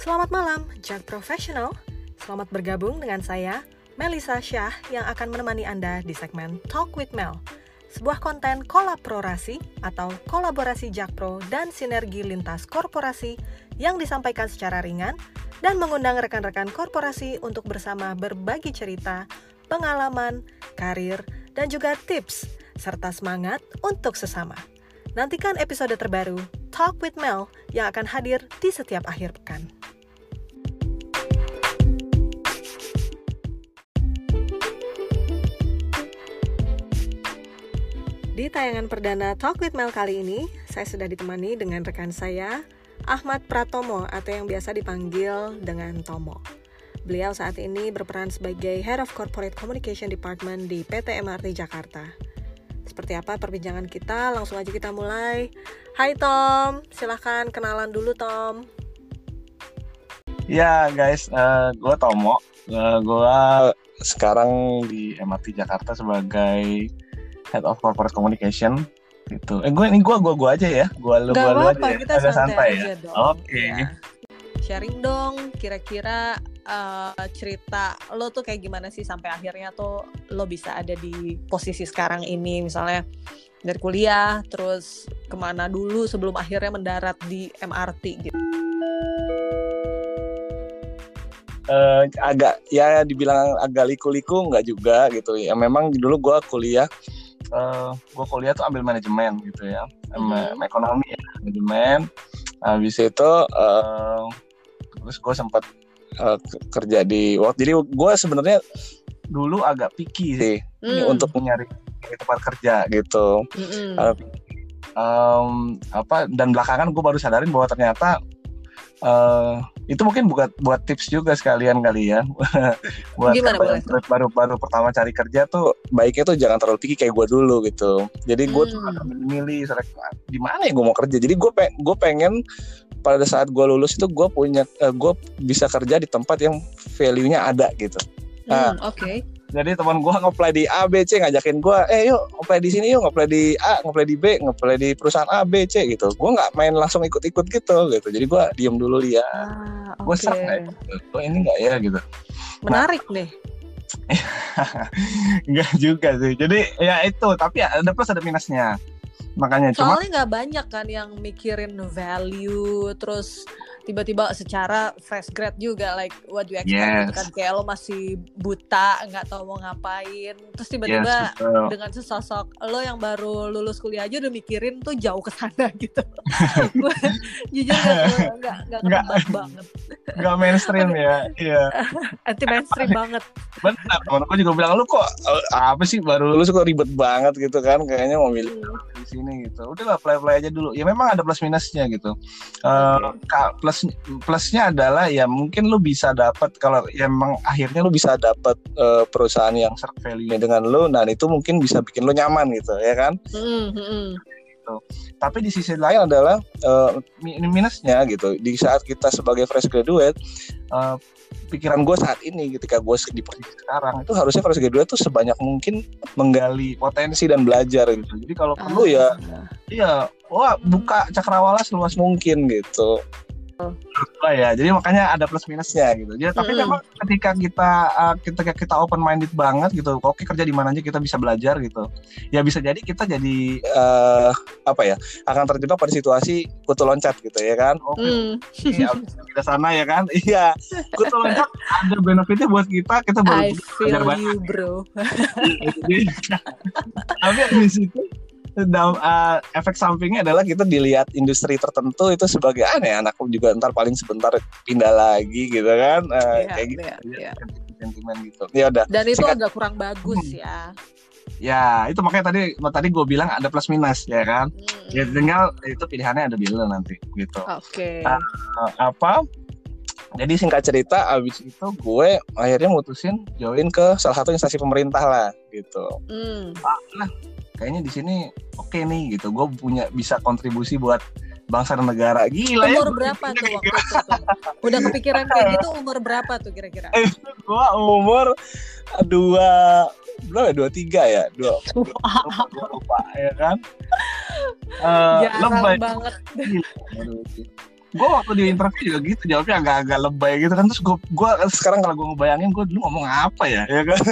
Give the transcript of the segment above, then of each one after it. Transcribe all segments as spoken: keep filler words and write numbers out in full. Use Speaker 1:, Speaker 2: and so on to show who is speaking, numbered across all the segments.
Speaker 1: Selamat malam, Jak Professional. Selamat bergabung dengan saya, Melissa Syah, yang akan menemani Anda di segmen Talk with Mel, sebuah konten kolaborasi atau kolaborasi Jakpro dan sinergi lintas korporasi yang disampaikan secara ringan dan mengundang rekan-rekan korporasi untuk bersama berbagi cerita, pengalaman, karir, dan juga tips, serta semangat untuk sesama. Nantikan episode terbaru Talk with Mel yang akan hadir di setiap akhir pekan. Di tayangan perdana Talk with Mel kali ini, saya sudah ditemani dengan rekan saya, Ahmad Pratomo atau yang biasa dipanggil dengan Tomo. Beliau saat ini berperan sebagai Head of Corporate Communication Department di P T M R T Jakarta. Seperti apa perbincangan kita? Langsung aja kita mulai. Hai Tom, silahkan kenalan dulu Tom.
Speaker 2: Ya guys, uh, gue Tomo. Uh, gue sekarang di M R T Jakarta sebagai Head of Corporate Communication gitu. Eh gue ini gue gue gue aja ya. Gue lu gue lu aja.
Speaker 1: Kita santai, santai aja ya? Dong.
Speaker 2: Oke. Okay.
Speaker 1: Ya. Sharing dong, kira-kira uh, cerita lo tuh kayak gimana sih sampai akhirnya tuh lo bisa ada di posisi sekarang ini, misalnya dari kuliah terus kemana dulu sebelum akhirnya mendarat di M R T gitu.
Speaker 2: Uh, agak ya dibilang agak liku-liku nggak juga gitu ya. Memang dulu gue kuliah uh, gue kuliah tuh ambil manajemen gitu ya, mm-hmm. ekonomi ya, manajemen. Habis itu uh, terus gue sempat uh, kerja di waktu. Jadi gue sebenarnya dulu agak picky sih mm. untuk mencari tempat kerja gitu. Mm-hmm. Uh, um, apa dan belakangan gue baru sadarin bahwa ternyata Uh, itu mungkin buat buat tips juga sekalian kali ya. Buat
Speaker 1: gimana, boleh?
Speaker 2: baru baru pertama cari kerja tuh baiknya tuh jangan terlalu picky kayak gue dulu gitu. Jadi gue hmm. tuh agak milih di mana ya gue mau kerja. Jadi gue pe- gue pengen pada saat gue lulus itu gue punya uh, gue bisa kerja di tempat yang value-nya ada gitu. Nah,
Speaker 1: hmm, oke. Okay.
Speaker 2: Jadi teman gue nge-apply di A, B, C, ngajakin gue, eh yuk nge-apply di sini yuk, nge-apply di A, nge-apply di B, nge-apply di perusahaan A, B, C gitu. Gue nggak main langsung ikut-ikut gitu, gitu. Jadi gue diem dulu lihat, ah, okay. gue serak nggak, gue ini nggak ya gitu.
Speaker 1: Menarik nah, nih.
Speaker 2: Nggak juga sih. Jadi ya itu, tapi ada plus ada minusnya. Makanya
Speaker 1: soalnya nggak banyak kan yang mikirin value, terus tiba-tiba secara fresh grad juga, like what you expect yes. gitu kan, kayak lo masih buta nggak tahu mau ngapain, terus tiba-tiba yes, dengan sesosok lo yang baru lulus kuliah aja udah mikirin tuh jauh ke sana gitu. Gue jujur nggak nggak nggak ketebak banget,
Speaker 2: nggak mainstream ya, iya.
Speaker 1: Anti mainstream banget.
Speaker 2: Benar, teman gue juga bilang lu kok apa sih baru lulus kok ribet banget gitu kan, kayaknya mau milih hmm. di sini gitu. Udah lah play-play aja dulu. Ya memang ada plus minusnya gitu. Uh, okay. Plus plusnya adalah ya mungkin lu bisa dapat kalau ya emang akhirnya lu bisa dapat uh, perusahaan yang serve value-nya dengan lu, dan itu mungkin bisa bikin lu nyaman gitu ya kan. Mm-hmm. Gitu. Tapi di sisi lain adalah uh, minusnya gitu. Di saat kita sebagai fresh graduate, uh, pikiran gue saat ini ketika gue di posisi sekarang itu harusnya fresh graduate tuh sebanyak mungkin menggali potensi dan belajar gitu. Jadi kalau ah, perlu ya, iya, wah buka cakrawala seluas mungkin gitu. Oh ya, jadi makanya ada plus minusnya gitu. Jadi tapi mm-hmm. memang ketika kita uh, ketika kita open minded banget gitu, oke kerja di mana aja kita bisa belajar gitu. Ya bisa jadi kita jadi uh, apa ya, akan terjebak pada situasi kutu loncat gitu ya kan. Oke. Okay. Mm. Kita sana ya kan. Iya. Kutu loncat ada benefitnya buat kita, kita baru
Speaker 1: I feel you, bro.
Speaker 2: Tapi di situ Dan, uh, efek sampingnya adalah kita dilihat industri tertentu itu sebagai aneh, anakku juga ntar paling sebentar pindah lagi gitu kan, uh, yeah, kayak gitu, yeah, ya, yeah. sentimen gitu. Ya udah.
Speaker 1: Dan itu Singkat, agak kurang bagus hmm. ya.
Speaker 2: Ya itu makanya tadi tadi gue bilang ada plus minus ya kan. Hmm. Ya tinggal itu pilihannya ada di lo nanti gitu.
Speaker 1: Oke. Okay.
Speaker 2: Uh, uh, apa? Jadi singkat cerita, abis itu gue akhirnya mutusin join ke salah satu instansi pemerintah lah gitu. Hmm. Ah, nah, kayaknya di sini oke okay nih gitu, gue punya bisa kontribusi buat bangsa dan negara. Gila.
Speaker 1: Umur
Speaker 2: ya,
Speaker 1: berapa tuh waktu itu tuh? Udah kepikiran kayak gitu umur berapa tuh kira-kira?
Speaker 2: Itu gue umur dua berapa? Dua tiga ya, dua lupa ya kan?
Speaker 1: Uh, Jarang lebay banget.
Speaker 2: gue waktu di interview juga gitu jawabnya agak-agak lebay gitu kan, terus gue gue sekarang kalau gue ngebayangin gue dulu ngomong apa ya ya kan.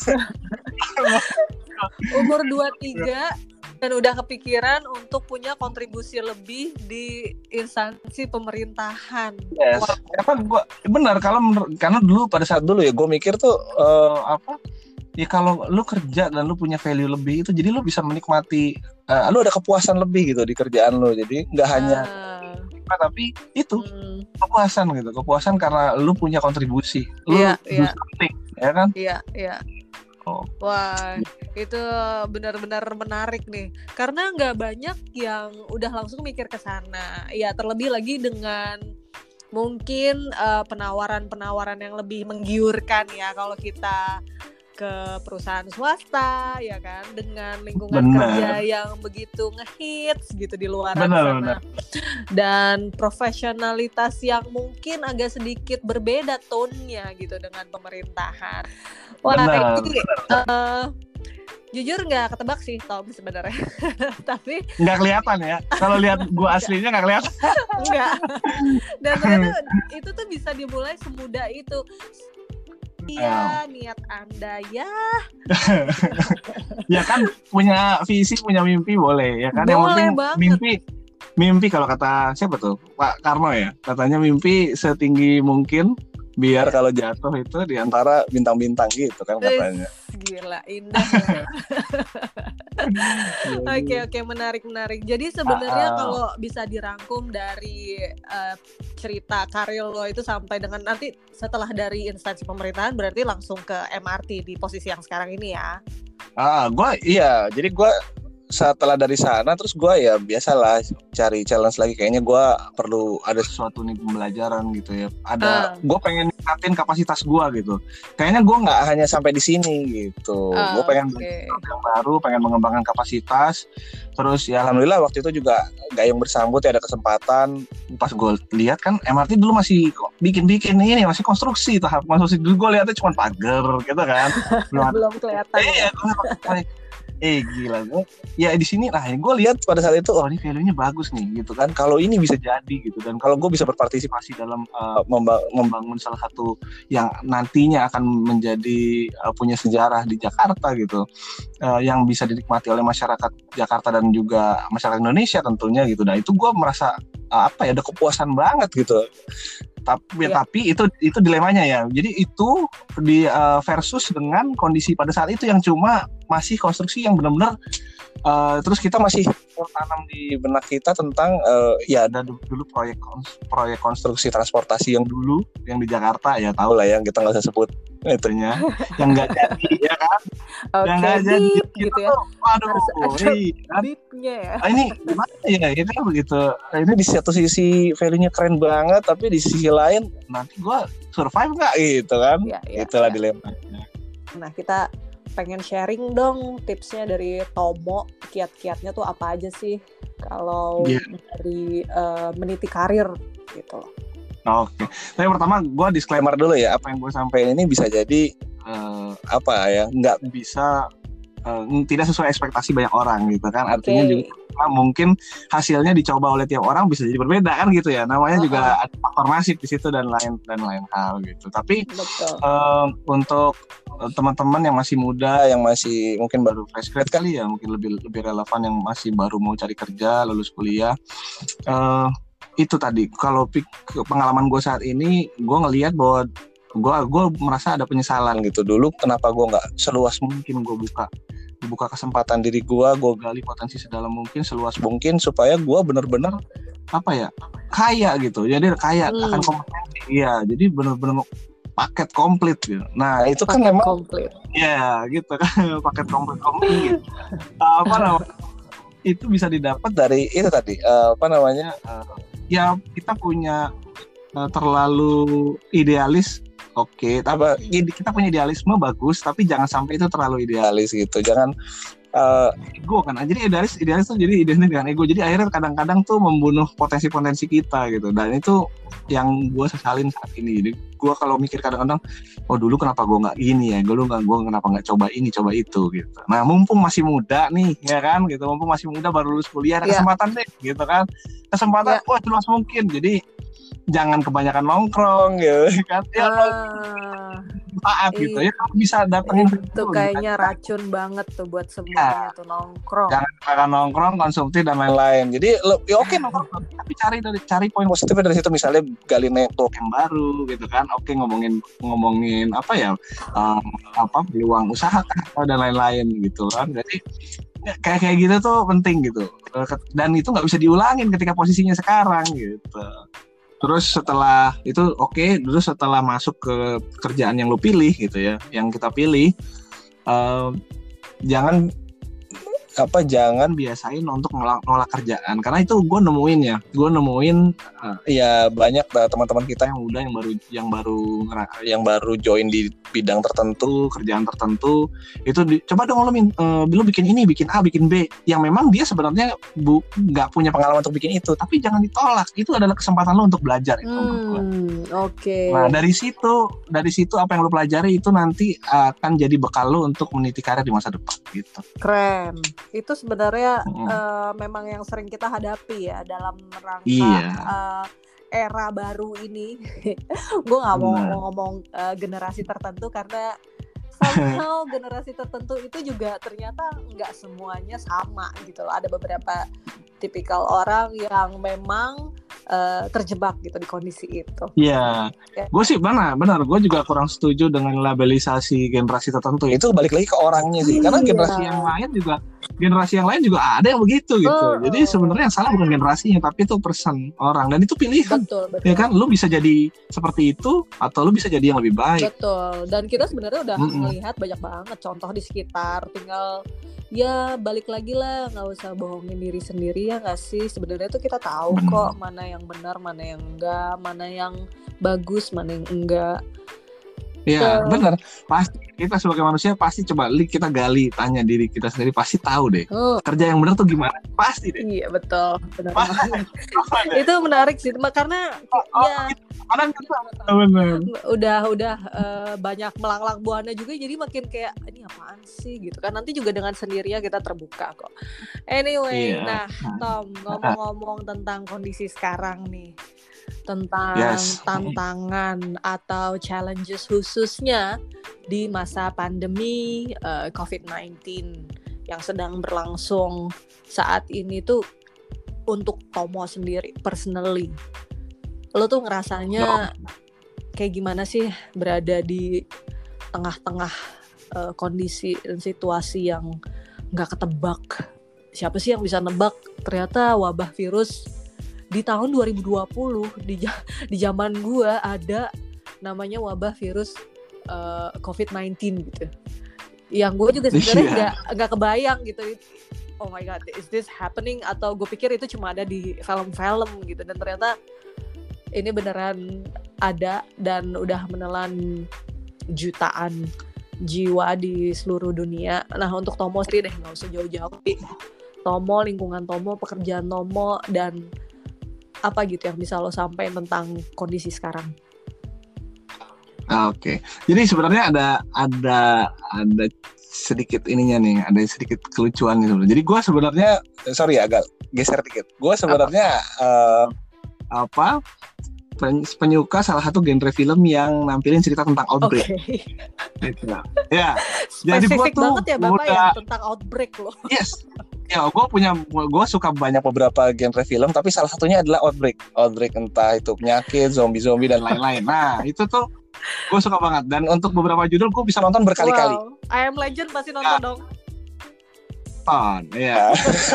Speaker 1: Umur dua puluh tiga dan udah kepikiran untuk punya kontribusi lebih di instansi pemerintahan.
Speaker 2: Yes.
Speaker 1: Wah.
Speaker 2: Apa gue benar kalau menur- karena dulu pada saat dulu ya gue mikir tuh uh, apa ya kalau lu kerja dan lu punya value lebih itu jadi lu bisa menikmati, uh, lu ada kepuasan lebih gitu di kerjaan lu, jadi nggak hanya
Speaker 1: Ah.
Speaker 2: tapi itu
Speaker 1: Hmm.
Speaker 2: kepuasan gitu, kepuasan karena lu punya kontribusi, lu
Speaker 1: Iya,
Speaker 2: do
Speaker 1: iya.
Speaker 2: something, ya kan?
Speaker 1: Iya, iya.
Speaker 2: Oh.
Speaker 1: Wah, itu benar-benar menarik nih. Karena nggak banyak yang udah langsung mikir ke sana. Ya, terlebih lagi dengan mungkin uh, penawaran-penawaran yang lebih menggiurkan ya kalau kita ke perusahaan swasta ya kan, dengan lingkungan
Speaker 2: Benar.
Speaker 1: kerja yang begitu ngehits gitu di luar
Speaker 2: Benar,
Speaker 1: sana.
Speaker 2: benar.
Speaker 1: Dan profesionalitas yang mungkin agak sedikit berbeda tone-nya gitu dengan pemerintahan. Wah,
Speaker 2: Benar,
Speaker 1: ini uh, jujur nggak ketebak sih Tom sebenarnya. Tapi
Speaker 2: Nggak kelihatan ya, kalau lihat gua aslinya nggak kelihatan.
Speaker 1: enggak. Dan ternyata itu tuh bisa dimulai semudah itu. Iya, niat Anda ya.
Speaker 2: Ya kan punya visi, punya mimpi boleh ya kan. Yang
Speaker 1: Boleh
Speaker 2: penting
Speaker 1: banget.
Speaker 2: mimpi, mimpi kalau kata siapa tuh Pak Karno ya, katanya mimpi setinggi mungkin biar kalau jatuh itu di antara bintang-bintang gitu kan katanya.
Speaker 1: Gila, indah. Oke, oke, menarik, menarik. Jadi sebenarnya
Speaker 2: Ah, ah.
Speaker 1: kalau bisa dirangkum dari uh, cerita karir lo itu sampai dengan nanti setelah dari instansi pemerintahan berarti langsung ke M R T di posisi yang sekarang ini ya.
Speaker 2: Ah, gue iya, jadi gue setelah dari sana terus gue ya biasalah cari challenge lagi, kayaknya gue perlu ada sesuatu nih pembelajaran gitu ya, ada
Speaker 1: Ah.
Speaker 2: gue pengen ningkatin kapasitas gue gitu, kayaknya gue nggak hanya sampai di sini gitu,
Speaker 1: Ah,
Speaker 2: gue pengen
Speaker 1: oke.
Speaker 2: belajar yang baru, pengen mengembangkan kapasitas, terus ya alhamdulillah waktu itu juga gayung bersambut ya, ada kesempatan pas gue lihat kan M R T dulu masih bikin-bikin ini, masih konstruksi, tahap konstruksi dulu gue lihatnya cuma pagar gitu kan, belum ada.
Speaker 1: Belum kelihatan.
Speaker 2: Iya, gue eh gila gue ya di sini lah gue lihat pada saat itu, oh ini value-nya bagus nih gitu kan, kalau ini bisa jadi gitu, dan kalau gue bisa berpartisipasi dalam uh, memba- membangun salah satu yang nantinya akan menjadi uh, punya sejarah di Jakarta gitu, uh, yang bisa dinikmati oleh masyarakat Jakarta dan juga masyarakat Indonesia tentunya gitu, nah itu gue merasa uh, apa ya, ada kepuasan banget gitu. Tapi,
Speaker 1: Ya.
Speaker 2: tapi itu itu dilemanya ya. Jadi itu di uh, versus dengan kondisi pada saat itu yang cuma masih konstruksi yang benar-benar uh, terus kita masih tanam di benak kita tentang uh, ya ada dulu proyek proyek konstruksi transportasi yang dulu yang di Jakarta ya, tahu lah ya, kita nggak usah sebut itunya yang nggak jadi ya kan.
Speaker 1: Oke,
Speaker 2: Yang nggak jadi
Speaker 1: beep gitu ya.
Speaker 2: tuh, waduh,
Speaker 1: Harus ada
Speaker 2: iya kan?
Speaker 1: beepnya ya.
Speaker 2: Ah, ini gimana ya, ini kan begitu. Ini di satu sisi value-nya keren banget, tapi di sisi lain nanti gue survive nggak gitu kan?
Speaker 1: Ya, ya,
Speaker 2: Itulah
Speaker 1: ya.
Speaker 2: dilemanya.
Speaker 1: Nah, kita pengen sharing dong tipsnya dari Tomo, kiat-kiatnya tuh apa aja sih kalau
Speaker 2: Iya.
Speaker 1: dari uh, meniti karir gitu.
Speaker 2: Oke, tapi pertama gue disclaimer dulu ya, apa yang gue sampaikan ini bisa jadi eh, apa ya, nggak bisa eh, tidak sesuai ekspektasi banyak orang gitu kan, artinya
Speaker 1: Oke.
Speaker 2: juga mungkin hasilnya dicoba oleh tiap orang bisa jadi berbeda kan gitu ya, namanya
Speaker 1: Uh-uh.
Speaker 2: juga ada faktor nasib di situ dan lain dan lain hal gitu. Tapi
Speaker 1: Betul.
Speaker 2: eh, untuk teman-teman yang masih muda, yang masih mungkin baru fresh grad kali ya, mungkin lebih lebih relevan, yang masih baru mau cari kerja, lulus kuliah, eh, itu tadi kalau pik, pengalaman gue saat ini, gue ngelihat bahwa gue gue merasa ada penyesalan gitu, dulu kenapa gue nggak seluas mungkin gue buka buka kesempatan diri gue, gue gali potensi sedalam mungkin, seluas mungkin, supaya gue benar-benar apa ya, kaya gitu, jadi kaya
Speaker 1: Hmm.
Speaker 2: akan kompetensi, iya, jadi benar-benar paket komplit gitu. Nah itu kan
Speaker 1: Paket
Speaker 2: memang
Speaker 1: komplit.
Speaker 2: ya gitu kan, paket komplit komplit gitu. Apa namanya, itu bisa didapat dari itu tadi, eh, apa namanya, eh, ya kita punya eh, terlalu idealis. Oke, tapi kita punya idealisme bagus, tapi jangan sampai itu terlalu idealis gitu. Jangan uh, ego kan. Jadi idealis idealis tuh jadi identik dengan ego. Jadi akhirnya kadang-kadang tuh membunuh potensi-potensi kita gitu. Dan itu yang gue sesalin saat ini. Jadi gue kalau mikir kadang-kadang, oh dulu kenapa gue nggak gini ya? Dulu nggak gue kenapa nggak coba ini, coba itu gitu. Nah mumpung masih muda nih, ya kan? Gitu. Mumpung masih muda baru lulus kuliah, ada
Speaker 1: Yeah.
Speaker 2: kesempatan deh, gitu kan? Kesempatan,
Speaker 1: Yeah.
Speaker 2: wah jelas mungkin. Jadi jangan kebanyakan nongkrong gitu kan. Ya
Speaker 1: Ah,
Speaker 2: maaf gitu ya,
Speaker 1: i-
Speaker 2: kalau bisa datengin
Speaker 1: itu
Speaker 2: dulu gitu.
Speaker 1: kayaknya racun banget tuh buat semuanya tuh nongkrong.
Speaker 2: Jangan makan nongkrong, konsumtif dan lain-lain. Jadi lo, ya oke nongkrong, tapi cari dari cari poin positifnya dari situ. Misalnya gali network yang baru gitu kan. Oke, ngomongin ngomongin apa ya, um, apa peluang usaha kan, dan lain-lain gitu kan. Jadi ya, kayak kayak gitu tuh penting gitu. Dan itu nggak bisa diulangin ketika posisinya sekarang gitu. Terus setelah itu oke, terus setelah masuk ke kerjaan yang lo pilih gitu ya, yang kita pilih, um, jangan apa jangan biasain untuk nolak, nolak kerjaan, karena itu gue nemuin ya gue nemuin uh, ya banyak uh, teman-teman kita yang muda yang baru yang baru yang baru join di bidang tertentu, kerjaan tertentu, itu di, coba dong lo uh, lo bikin ini, bikin A, bikin B, yang memang dia sebenarnya bu nggak punya pengalaman untuk bikin itu, tapi jangan ditolak, itu adalah kesempatan lo untuk belajar itu.
Speaker 1: Hmm, oke. Okay.
Speaker 2: Nah dari situ dari situ apa yang lo pelajari itu nanti akan jadi bekal lo untuk meniti karir di masa depan gitu.
Speaker 1: Keren. Itu sebenarnya
Speaker 2: Hmm.
Speaker 1: uh, memang yang sering kita hadapi ya dalam rangka
Speaker 2: Iya.
Speaker 1: uh, era baru ini. Gue nggak mau
Speaker 2: Benar.
Speaker 1: ngomong uh, generasi tertentu karena somehow generasi tertentu itu juga ternyata nggak semuanya sama gitu loh. Ada beberapa tipikal orang yang memang uh, terjebak gitu di kondisi itu.
Speaker 2: Iya,
Speaker 1: Ya.
Speaker 2: gue sih benar, benar. Gue juga kurang setuju dengan labelisasi generasi tertentu. Itu balik lagi ke orangnya sih. Karena
Speaker 1: Iya.
Speaker 2: generasi yang lain juga, generasi yang lain juga ada yang begitu gitu.
Speaker 1: Oh,
Speaker 2: Jadi sebenarnya yang salah bukan generasinya, tapi itu person orang. Dan itu pilihan,
Speaker 1: betul, betul.
Speaker 2: ya kan? Lu bisa jadi seperti itu, atau lu bisa jadi yang lebih baik.
Speaker 1: Betul. Dan kita sebenarnya udah
Speaker 2: Mm-mm.
Speaker 1: melihat banyak banget contoh di sekitar. Tinggal ya balik lagi lah, nggak usah bohongin diri sendiri ya nggak sih. Sebenarnya tuh kita tahu
Speaker 2: Benar.
Speaker 1: kok mana yang benar, mana yang enggak, mana yang bagus, mana yang enggak.
Speaker 2: Iya,
Speaker 1: So-
Speaker 2: benar. Pasti kita sebagai manusia pasti coba li kita gali, tanya diri kita sendiri, pasti tahu deh.
Speaker 1: Oh,
Speaker 2: Kerja yang benar tuh gimana? Pasti deh.
Speaker 1: iya betul. Benar
Speaker 2: Pasti.
Speaker 1: banget. Itu menarik sih, karena
Speaker 2: Oh,
Speaker 1: ya
Speaker 2: Mana kita? Benar.
Speaker 1: udah udah uh, banyak melanglang buana juga, jadi makin kayak ini apaan sih gitu kan. Nanti juga dengan sendirinya kita terbuka kok. Anyway,
Speaker 2: Iya.
Speaker 1: nah Tom, ngomong-ngomong tentang kondisi sekarang nih, tentang
Speaker 2: Yes.
Speaker 1: tantangan atau challenges khususnya di masa pandemi uh, covid sembilan belas yang sedang berlangsung saat ini tuh, untuk Tomo sendiri personally, lo tuh ngerasanya kayak gimana sih berada di tengah-tengah uh, kondisi dan situasi yang nggak ketebak? Siapa sih yang bisa nebak ternyata wabah virus di tahun dua ribu dua puluh di di zaman gua ada namanya wabah virus uh, covid sembilan belas gitu. Yang gue juga sebenarnya nggak
Speaker 2: Iya.
Speaker 1: nggak kebayang gitu. Oh my god, is this happening? Atau gue pikir itu cuma ada di film-film gitu, dan ternyata ini beneran ada dan udah menelan jutaan jiwa di seluruh dunia. Nah untuk Tomo sendiri deh, nggak usah jauh-jauh. Tomo, lingkungan Tomo, pekerjaan Tomo, dan apa gitu yang bisa lo sampaikan tentang kondisi sekarang?
Speaker 2: Ah, Oke, jadi sebenarnya ada ada ada sedikit ininya nih, ada sedikit kelucuan nih sebenarnya. Jadi gue sebenarnya, sorry agak geser dikit. Gue sebenarnya uh, apa pen- penyuka salah satu genre film yang nampilin cerita tentang
Speaker 1: Oke,
Speaker 2: outbreak. Gitu. Ya, jadi gua
Speaker 1: spesifik
Speaker 2: tuh
Speaker 1: banget ya Bapak
Speaker 2: udah-
Speaker 1: ya tentang outbreak loh.
Speaker 2: yes. Ya, gue punya, gue suka banyak beberapa genre film, tapi salah satunya adalah outbreak. Outbreak entah itu penyakit, zombie-zombie dan lain-lain. Nah, itu tuh gue suka banget. Dan untuk beberapa judul gue bisa nonton berkali-kali.
Speaker 1: Wow. I Am Legend pasti nonton dong.
Speaker 2: Nonton, ya.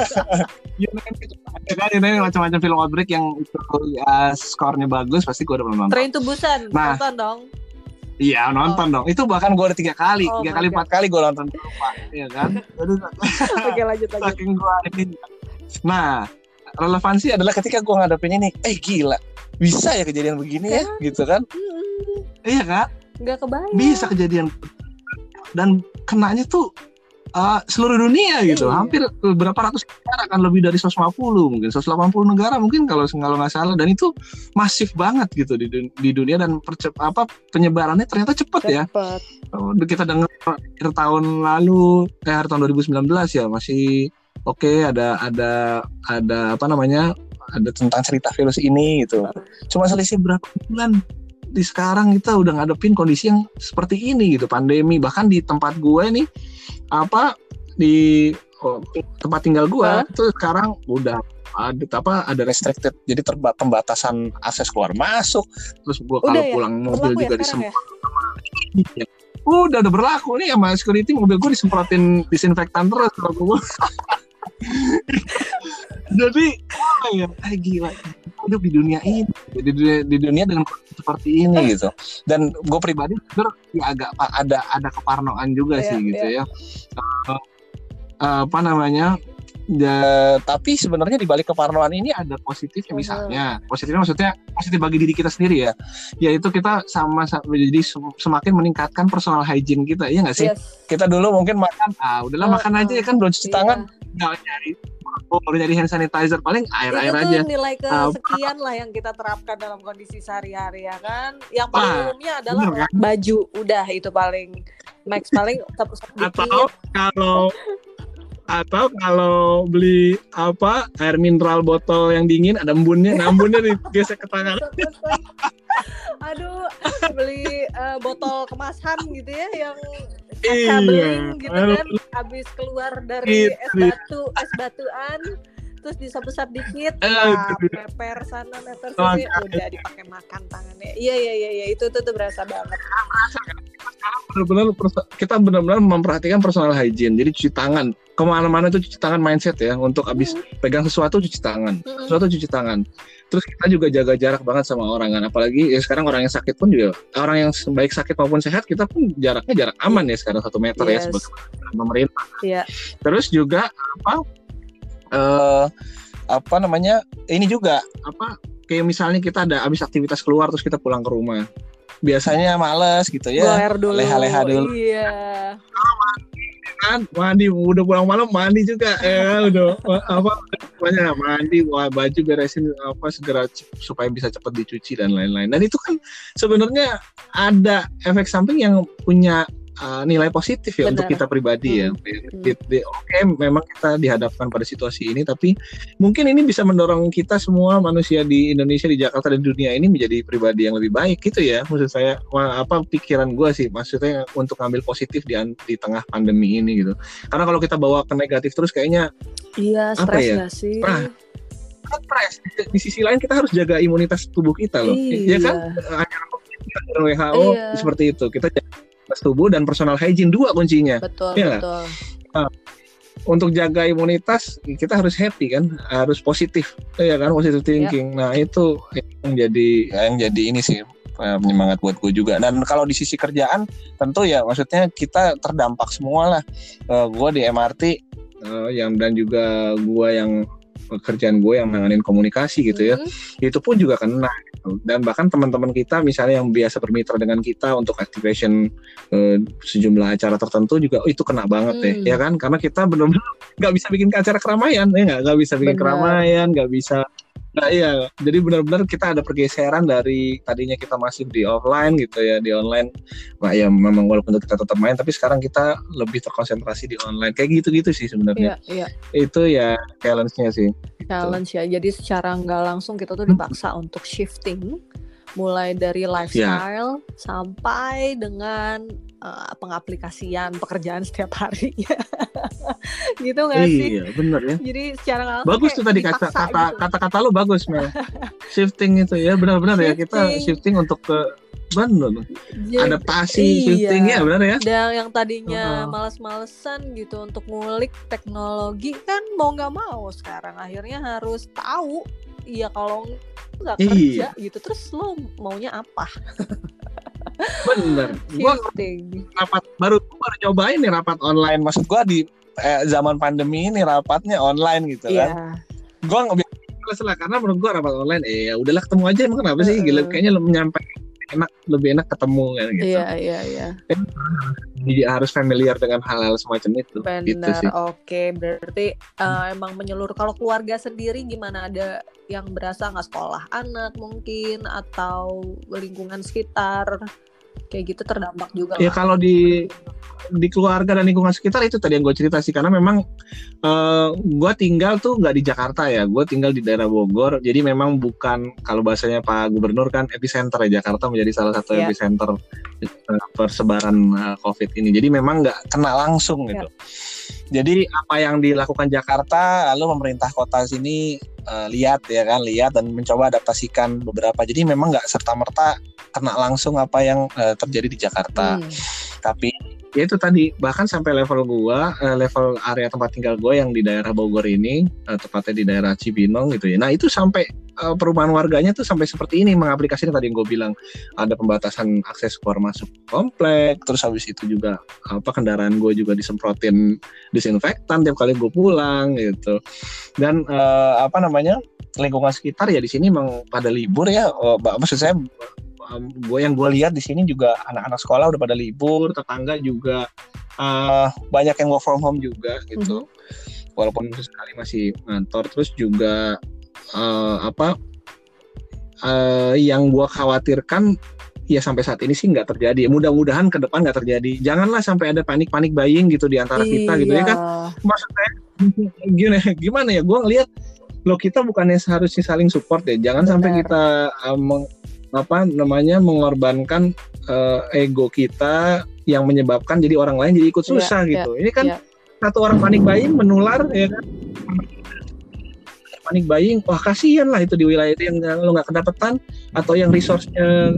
Speaker 2: Ya kan, ini macam-macam film outbreak yang itu ya, skornya bagus, pasti gue udah pernah nonton.
Speaker 1: Train to Busan
Speaker 2: Nah.
Speaker 1: nonton dong.
Speaker 2: Iya, nonton dong. Itu bahkan gue udah tiga kali,
Speaker 1: Oh
Speaker 2: tiga
Speaker 1: my
Speaker 2: kali,
Speaker 1: God.
Speaker 2: empat kali gue nonton di rumah, ya kan. Jadi
Speaker 1: Oke, lanjut lanjut.
Speaker 2: saking gue ini. Nah, relevansi adalah ketika gue ngadepin ini, eh gila, bisa ya kejadian begini ya, gitu kan?
Speaker 1: Hmm,
Speaker 2: Iya kan?
Speaker 1: nggak kebayang.
Speaker 2: Bisa kejadian, dan kenanya tuh uh, seluruh dunia gitu,
Speaker 1: Iya.
Speaker 2: hampir berapa ratus negara kan, lebih dari seratus lima puluh mungkin seratus delapan puluh negara mungkin kalau kalau nggak salah, dan itu masif banget gitu di, dun- di dunia, dan percep, apa penyebarannya ternyata cepat ya.
Speaker 1: Cepet.
Speaker 2: Oh, kita dengar akhir tahun lalu, eh akhir tahun dua ribu sembilan belas ya, masih oke, ada ada ada apa namanya, ada tentang cerita virus ini gitu. Cuma selisih berapa bulan di sekarang kita udah ngadepin kondisi yang seperti ini gitu, pandemi. Bahkan di tempat gue nih apa di oh, tempat tinggal gue huh? itu sekarang udah ada apa ada restricted, jadi terba, pembatasan akses keluar masuk. Terus gue kalau ya? pulang mobil berlaku juga ya disemprot ya? udah udah berlaku nih sama security, mobil gue disemprotin disinfektan terus kalau gue. Jadi oh ya kayak gila hidup di dunia ini, di dunia, di dunia dengan seperti ini gitu. Dan gue pribadi bener ya agak ada ada keparnoan juga yeah, sih gitu yeah. ya uh, uh, apa namanya ya, tapi sebenarnya di balik keparnoan ini ada positifnya. Misalnya positifnya maksudnya positif bagi diri kita sendiri ya, yaitu kita sama, sama jadi semakin meningkatkan personal hygiene kita, iya nggak sih? Yes. Kita dulu mungkin makan ah udahlah uh, makan aja ya kan, belum cuci iya. tangan nggak nyari oh, baru nyari hand sanitizer, paling air-air aja. Itu nilai
Speaker 1: kesekian uh, lah yang kita terapkan dalam kondisi sehari-hari ya kan. Yang paling ah, umumnya adalah bener, kan? Baju, udah itu paling max, paling terus
Speaker 2: atau kalau atau kalau beli apa air mineral botol yang dingin ada embunnya, nah embunnya digesek ke tangan.
Speaker 1: Aduh, beli uh, botol kemasan gitu ya yang kaca beling gitu kan, habis keluar dari es batu es batuan terus disapu-sapu dikit, nah, peper sana meter sini udah dipakai makan tangannya. Iya iya iya ya, itu tuh, tuh berasa banget.
Speaker 2: Benar-benar kita benar-benar memperhatikan personal hygiene. Jadi cuci tangan kemana-mana itu cuci tangan, mindset ya, untuk abis hmm. pegang sesuatu cuci tangan, hmm. sesuatu cuci tangan. Terus kita juga jaga jarak banget sama orang kan, apalagi ya sekarang orang yang sakit pun juga, orang yang baik sakit maupun sehat kita pun jaraknya jarak aman ya sekarang satu meter yes. ya sebagai pemerintah. Yeah. Terus juga apa? Uh, apa namanya ini juga apa kayak misalnya kita ada habis aktivitas keluar terus kita pulang ke rumah, biasanya males gitu ya, leha-leha dulu iya kan, mandi udah pulang malam mandi juga ya udah apa banyak mandi, wah baju beresin apa segera supaya bisa cepat dicuci dan lain-lain. Dan itu kan sebenarnya ada efek samping yang punya Uh, nilai positif ya. Benar. Untuk kita pribadi hmm. ya. Hmm. Oke, okay, memang kita dihadapkan pada situasi ini, tapi mungkin ini bisa mendorong kita semua manusia di Indonesia, di Jakarta, dan dunia ini menjadi pribadi yang lebih baik gitu ya. Maksud saya, apa pikiran gue sih, maksudnya untuk ngambil positif di, di tengah pandemi ini gitu. Karena kalau kita bawa ke negatif terus kayaknya
Speaker 1: iya, stres ya? Gak sih?
Speaker 2: Nah, stres. Di, di sisi lain kita harus jaga imunitas tubuh kita loh. Iya kan? W H O iya. Seperti itu. Kita tubuh dan personal hygiene, dua kuncinya.
Speaker 1: Betul,
Speaker 2: ya
Speaker 1: betul.
Speaker 2: Nah, untuk jaga imunitas kita harus happy kan, harus positif, ya kan, positive thinking. Ya. Nah itu yang jadi yang jadi ini sih penyemangat buat gue juga. Dan kalau di sisi kerjaan tentu ya maksudnya kita terdampak semua lah. Uh, gue di M R T uh, yang dan juga gue yang pekerjaan gue yang nanganin komunikasi gitu ya, mm-hmm. itu pun juga kena gitu. Dan bahkan teman-teman kita misalnya yang biasa bermitra dengan kita untuk activation eh, sejumlah acara tertentu juga oh, itu kena banget mm. deh ya kan, karena kita benar-benar nggak bisa bikin acara keramaian ya, nggak nggak bisa bikin Bener. keramaian nggak bisa. Nah iya, jadi benar-benar kita ada pergeseran dari tadinya kita masih di offline gitu ya, di online. Nah ya memang walaupun kita tetap main, tapi sekarang kita lebih terkonsentrasi di online. Kayak gitu-gitu sih sebenarnya.
Speaker 1: Iya, iya.
Speaker 2: Itu ya challenge-nya sih.
Speaker 1: Challenge gitu. Ya, jadi secara nggak langsung kita tuh dipaksa hmm. untuk shifting, mulai dari lifestyle ya. Sampai dengan uh, pengaplikasian pekerjaan setiap hari. Gitu nggak sih?
Speaker 2: Iya benar ya.
Speaker 1: Jadi secara langsung
Speaker 2: bagus tuh tadi kata kata gitu. Kata-kata lu bagus Mel. Shifting itu ya benar-benar ya, kita shifting untuk ke benar adaptasi iya. shifting ya benar ya.
Speaker 1: Dan yang tadinya uh-huh. malas-malesan gitu untuk ngulik teknologi kan mau nggak mau sekarang akhirnya harus tahu. Iya kalau nggak kerja iya. gitu terus lo maunya apa?
Speaker 2: Bener. Gua rapat baru baru nyobain nih rapat online. Maksud gua di eh, zaman pandemi ini rapatnya online gitu yeah. kan. Gua nggak biasa lah karena menurut gua rapat online eh ya udahlah ketemu aja, emang kenapa sih? Uh-uh. Gila kayaknya lebih nyampe enak, lebih enak ketemu kan gitu.
Speaker 1: Iya iya iya.
Speaker 2: Jadi harus familiar dengan hal-hal semacam itu.
Speaker 1: Benar.
Speaker 2: Gitu sih.
Speaker 1: Oke, berarti uh, emang menyeluruh. Kalau keluarga sendiri gimana, ada yang berasa nggak sekolah anak mungkin atau lingkungan sekitar kayak gitu terdampak juga.
Speaker 2: Ya kalau di di keluarga dan lingkungan sekitar itu tadi yang gue cerita sih, karena memang uh, gue tinggal tuh nggak di Jakarta ya, gue tinggal di daerah Bogor, jadi memang bukan, kalau bahasanya Pak Gubernur kan epicenter ya, Jakarta menjadi salah satu yeah. epicenter uh, persebaran uh, COVID ini, jadi memang nggak kena langsung gitu. Yeah. Jadi apa yang dilakukan Jakarta, lalu pemerintah kota sini uh, lihat ya kan, lihat dan mencoba adaptasikan beberapa, jadi memang nggak serta-merta kena langsung apa yang uh, terjadi di Jakarta. Hmm. Tapi ya itu tadi, bahkan sampai level gua, level area tempat tinggal gua yang di daerah Bogor ini, tepatnya di daerah Cibinong gitu ya. Nah itu sampai perumahan warganya tuh sampai seperti ini mengaplikasikan tadi yang gue bilang, ada pembatasan akses keluar masuk komplek, terus habis itu juga apa kendaraan gue juga disemprotin disinfektan tiap kali gue pulang gitu. Dan eh, apa namanya lingkungan sekitar ya di sini memang pada libur ya, oh, maksud saya gue yang gue lihat di sini juga anak-anak sekolah udah pada libur, tetangga juga uh, banyak yang work from home juga gitu, mm-hmm. walaupun sesekali masih ngantor. Terus juga uh, apa uh, yang gue khawatirkan ya sampai saat ini sih nggak terjadi. Mudah-mudahan ke depan nggak terjadi. Janganlah sampai ada panik-panik buying gitu di antara kita iya. gitu ya kan. Maksudnya gimana, gimana ya? Gue ngelihat lo kita bukannya seharusnya saling support ya. Jangan Benar. sampai kita uh, meng- apa namanya mengorbankan uh, ego kita yang menyebabkan jadi orang lain jadi ikut susah yeah, gitu. Yeah, Ini kan yeah. satu orang panik buying menular ya kan. Panik buying, wah kasihan lah itu di wilayah itu yang lo nggak kedapatan atau yang resource-nya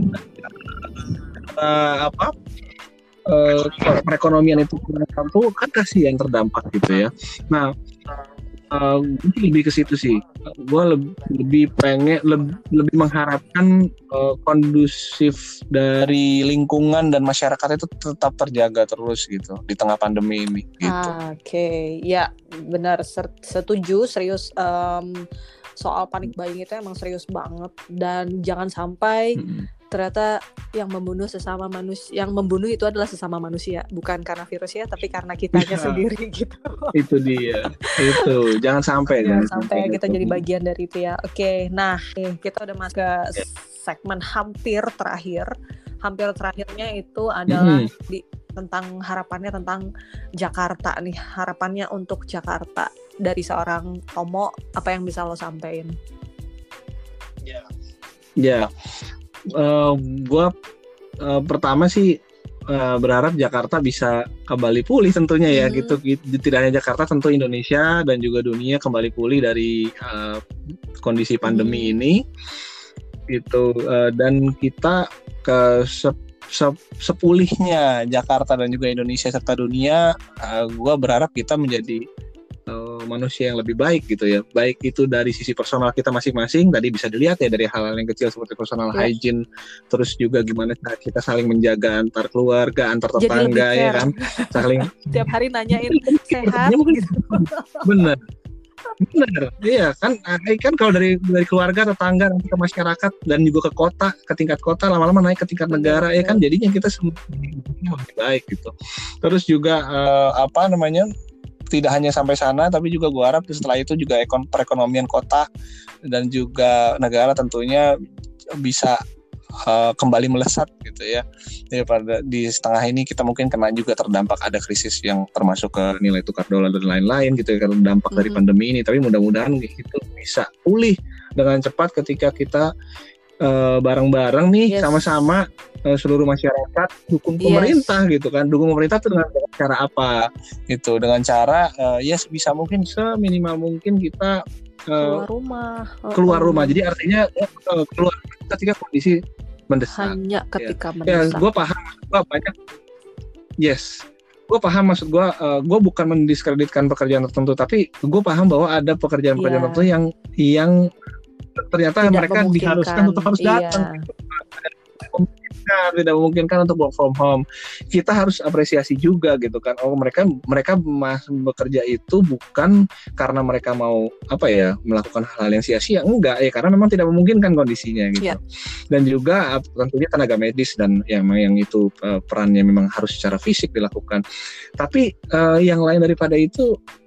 Speaker 2: uh, apa uh, perekonomian itu kurang mampu, kan kasihan terdampak gitu ya. Nah Uh, lebih ke situ sih, gue lebih, lebih pengen lebih, lebih mengharapkan uh, kondusif dari lingkungan dan masyarakat itu tetap terjaga terus gitu di tengah pandemi ini. Gitu.
Speaker 1: Ah, Oke, okay. ya benar, setuju, serius. Um, soal panik buying itu emang serius banget dan jangan sampai hmm. ternyata yang membunuh sesama manusia, yang membunuh itu adalah sesama manusia, bukan karena virus ya, tapi karena kitanya ya, sendiri gitu.
Speaker 2: Itu dia, itu jangan sampai,
Speaker 1: jangan, jangan sampai kita gitu. Jadi bagian dari itu ya. Oke, nah kita udah masuk ke segmen hampir terakhir, hampir terakhirnya itu adalah hmm. di tentang harapannya tentang Jakarta nih, harapannya untuk Jakarta dari seorang Tomo, apa yang bisa lo sampein?
Speaker 2: Ya, ya. Uh, gue uh, pertama sih uh, berharap Jakarta bisa kembali pulih tentunya ya hmm. gitu. Tidak hanya Jakarta, tentu Indonesia dan juga dunia kembali pulih dari uh, kondisi pandemi hmm. ini gitu, uh, dan kita ke se- se- sepulihnya Jakarta dan juga Indonesia serta dunia, uh, gue berharap kita menjadi manusia yang lebih baik gitu ya, baik itu dari sisi personal kita masing-masing, tadi bisa dilihat ya dari hal-hal yang kecil seperti personal yeah. hygiene, terus juga gimana kita saling menjaga antar keluarga, antar tetangga ya kan, saling
Speaker 1: tiap hari nanyain sehat gitu.
Speaker 2: Bener bener iya kan, kan kalau dari dari keluarga, tetangga, nanti ke masyarakat dan juga ke kota, ke tingkat kota, lama-lama naik ke tingkat negara ya kan, jadinya kita semua lebih baik gitu. Terus juga uh, apa namanya tidak hanya sampai sana, tapi juga gue harap setelah itu juga ekon perekonomian kota dan juga negara tentunya bisa uh, kembali melesat gitu ya. Daripada di setengah ini kita mungkin kena juga terdampak ada krisis yang termasuk ke nilai tukar dolar dan lain-lain gitu ya, karena dampak mm-hmm. dari pandemi ini. Tapi mudah-mudahan itu bisa pulih dengan cepat ketika kita uh, bareng-bareng nih yes. sama-sama seluruh masyarakat dukung yes. pemerintah gitu kan, dukung pemerintah itu dengan cara apa gitu, dengan cara uh, ya sebisa mungkin, seminimal mungkin kita uh,
Speaker 1: keluar rumah oh,
Speaker 2: keluar oh. rumah jadi artinya uh, keluar ketika kondisi mendesak,
Speaker 1: hanya ketika
Speaker 2: ya.
Speaker 1: mendesak.
Speaker 2: Ya, gue paham, gue banyak yes gue paham maksud gue, uh, gue bukan mendiskreditkan pekerjaan tertentu, tapi gue paham bahwa ada pekerjaan-pekerjaan yeah. tertentu yang yang ternyata tidak mereka diharuskan untuk harus datang. Iya. Nah, tidak memungkinkan untuk work from home. Kita harus apresiasi juga gitu kan. Oh, mereka mereka masih bekerja itu bukan karena mereka mau apa ya melakukan hal-hal yang sia-sia, enggak ya, karena memang tidak memungkinkan kondisinya gitu. Yeah. Dan juga tentunya tenaga medis dan yang yang itu uh, perannya memang harus secara fisik dilakukan. Tapi uh, yang lain daripada itu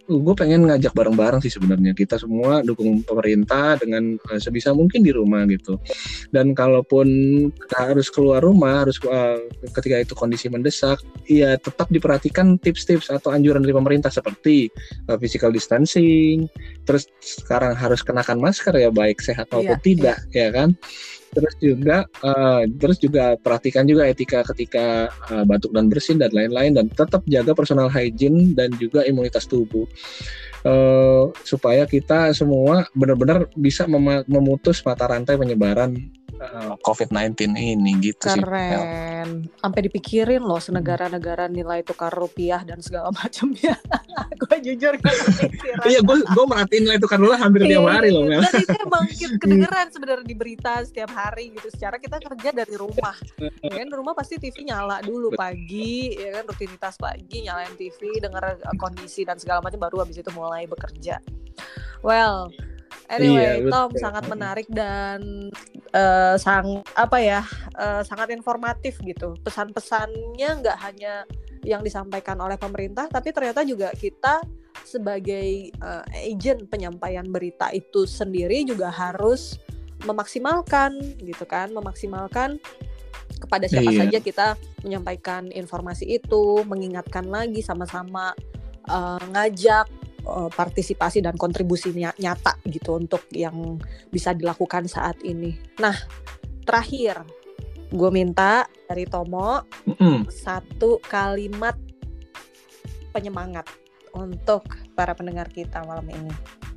Speaker 2: gue pengen ngajak bareng-bareng sih sebenarnya, kita semua dukung pemerintah dengan uh, sebisa mungkin di rumah gitu. Dan kalaupun harus keluar rumah, harus uh, ketika itu kondisi mendesak, ya tetap diperhatikan tips-tips atau anjuran dari pemerintah seperti uh, physical distancing. Terus sekarang harus kenakan masker ya, baik sehat maupun yeah, tidak, yeah. ya kan. Terus juga, uh, terus juga perhatikan juga etika ketika uh, batuk dan bersin dan lain-lain, dan tetap jaga personal hygiene dan juga imunitas tubuh uh, supaya kita semua benar-benar bisa mem- memutus mata rantai penyebaran uh, covid sembilan belas ini gitu.
Speaker 1: Keren.
Speaker 2: Sih.
Speaker 1: Keren. Sampai dipikirin loh senegara-negara nilai tukar rupiah dan segala macamnya. Gue jujur gak kepikiran.
Speaker 2: Iya, gue gue merhatiin nilai tukar dolar hampir tiap hari loh, Mel.
Speaker 1: Dan itu emang kedengeran sebenarnya di berita setiap hari gitu. Secara kita kerja dari rumah, ya kan, rumah pasti T V nyala dulu pagi, ya kan, rutinitas pagi nyalain T V, denger kondisi dan segala macam, baru habis itu mulai bekerja. Well, anyway, iya, Tom, sangat menarik dan uh, sang apa ya, uh, sangat informatif gitu. Pesan-pesannya nggak hanya yang disampaikan oleh pemerintah, tapi ternyata juga kita sebagai uh, agent penyampaian berita itu sendiri juga harus memaksimalkan gitu kan, memaksimalkan kepada siapa iya. saja kita menyampaikan informasi itu, mengingatkan lagi sama-sama, uh, ngajak uh, partisipasi dan kontribusi nyata gitu untuk yang bisa dilakukan saat ini. Nah, terakhir gue minta dari Tomo mm-hmm. satu kalimat penyemangat untuk para pendengar kita malam ini.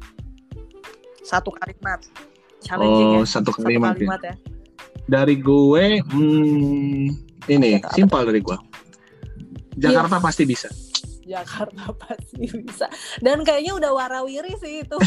Speaker 1: Satu kalimat. Challenging oh, ya.
Speaker 2: Satu kalimat,
Speaker 1: satu kalimat ya. ya.
Speaker 2: Dari gue, hmm, ini ya, simpel dari gue. Jakarta yes. pasti bisa.
Speaker 1: Jakarta pasti bisa. Dan kayaknya udah warawiri sih itu.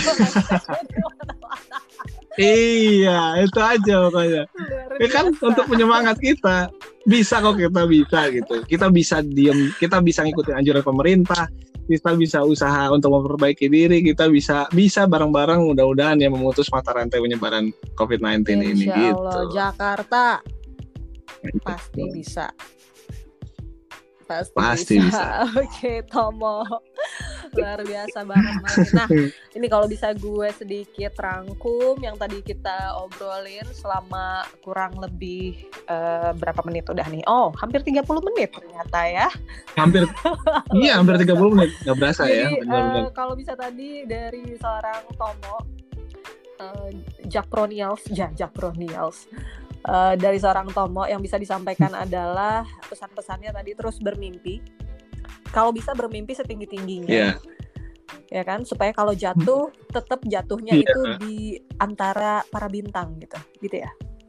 Speaker 2: Iya, itu aja pokoknya. Ya kan untuk penyemangat kita, bisa kok, kita bisa gitu. Kita bisa diem, kita bisa ngikutin anjuran pemerintah, kita bisa usaha untuk memperbaiki diri, kita bisa bisa bareng-bareng mudah-mudahan ya memutus mata rantai penyebaran covid sembilan belas ini
Speaker 1: gitu.
Speaker 2: Insya Allah,
Speaker 1: Jakarta pasti bisa. Pasti,
Speaker 2: Pasti bisa. bisa.
Speaker 1: Oke, okay, Tomo. Luar biasa banget. Nah, ini kalau bisa gue sedikit rangkum yang tadi kita obrolin selama kurang lebih uh, berapa menit udah nih? Oh, hampir tiga puluh menit ternyata ya.
Speaker 2: Hampir. Iya, hampir tiga puluh menit. Gak berasa. Jadi, ya.
Speaker 1: Uh, kalau bisa tadi dari seorang Tomo, uh, Jack Pronials, ya Jack Pronials. Uh, dari seorang Tomo yang bisa disampaikan adalah pesan-pesannya tadi, terus bermimpi. Kalau bisa bermimpi setinggi-tingginya. Yeah. Ya kan, supaya kalau jatuh tetap jatuhnya yeah. itu di antara para bintang gitu. Gitu ya.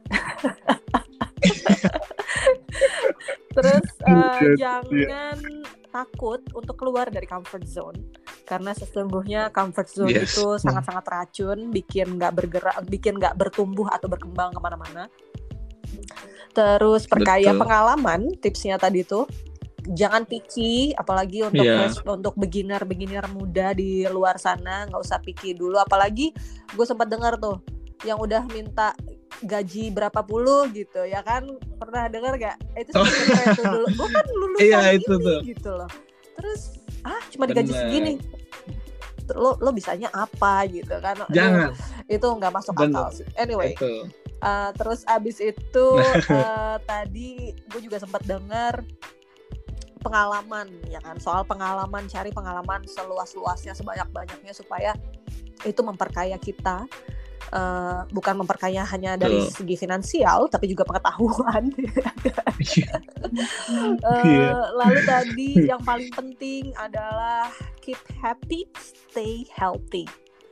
Speaker 1: Terus uh, jangan takut untuk keluar dari comfort zone, karena sesungguhnya comfort zone yes. itu sangat-sangat racun, bikin nggak bergerak, bikin nggak bertumbuh atau berkembang kemana-mana. Terus perkaya Betul. pengalaman, tipsnya tadi tuh jangan picky, apalagi untuk yeah. fresh, untuk beginner-beginner muda di luar sana, nggak usah picky dulu. Apalagi gue sempat dengar tuh yang udah minta gaji berapa puluh gitu, ya kan, pernah dengar gak? Itu oh. itu dulu, gue kan lulusan
Speaker 2: iya,
Speaker 1: ini
Speaker 2: itu tuh.
Speaker 1: gitu loh. Terus ah cuma digaji Bener. segini, lo lo bisanya apa gitu kan?
Speaker 2: Jangan.
Speaker 1: Itu nggak masuk Bener. akal sih. Anyway. Itu. Uh, terus abis itu uh, tadi gue juga sempat dengar pengalaman, ya kan, soal pengalaman, cari pengalaman seluas-luasnya, sebanyak-banyaknya supaya itu memperkaya kita, uh, bukan memperkaya hanya dari Tuh. segi finansial tapi juga pengetahuan. uh, lalu tadi yang paling penting adalah keep happy, stay healthy.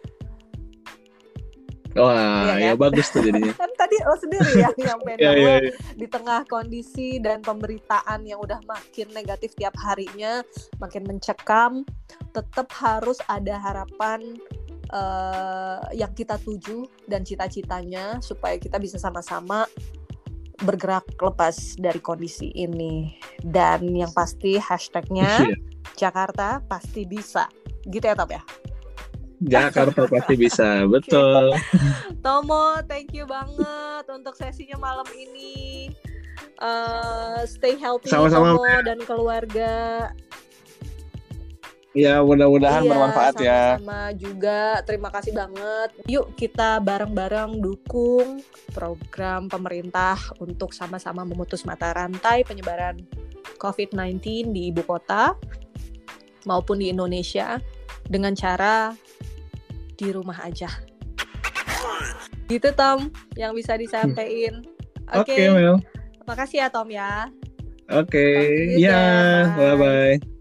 Speaker 2: Wah, ya, kan? ya bagus tuh jadinya.
Speaker 1: Kan tadi lo sendiri ya yang pengen
Speaker 2: ya, ya, ya.
Speaker 1: di tengah kondisi dan pemberitaan yang udah makin negatif tiap harinya, makin mencekam, tetap harus ada harapan uh, yang kita tuju dan cita-citanya supaya kita bisa sama-sama bergerak lepas dari kondisi ini. Dan yang pasti hashtagnya Jakarta pasti bisa. Gitu ya, Top ya?
Speaker 2: Jakarta pasti bisa, betul.
Speaker 1: Tomo, thank you banget untuk sesinya malam ini. Uh, stay healthy, Sama-sama. Tomo dan keluarga.
Speaker 2: Ya, mudah-mudahan
Speaker 1: Iya,
Speaker 2: bermanfaat ya.
Speaker 1: sama-sama juga. Terima kasih banget. Yuk kita bareng-bareng dukung program pemerintah untuk sama-sama memutus mata rantai penyebaran covid sembilan belas di ibu kota maupun di Indonesia dengan cara di rumah aja. Gitu Tom yang bisa disampaikan. Oke,
Speaker 2: Oke, Mel.
Speaker 1: makasih ya Tom ya.
Speaker 2: Oke,
Speaker 1: Talk to you
Speaker 2: ya,
Speaker 1: again. Bye.
Speaker 2: bye-bye.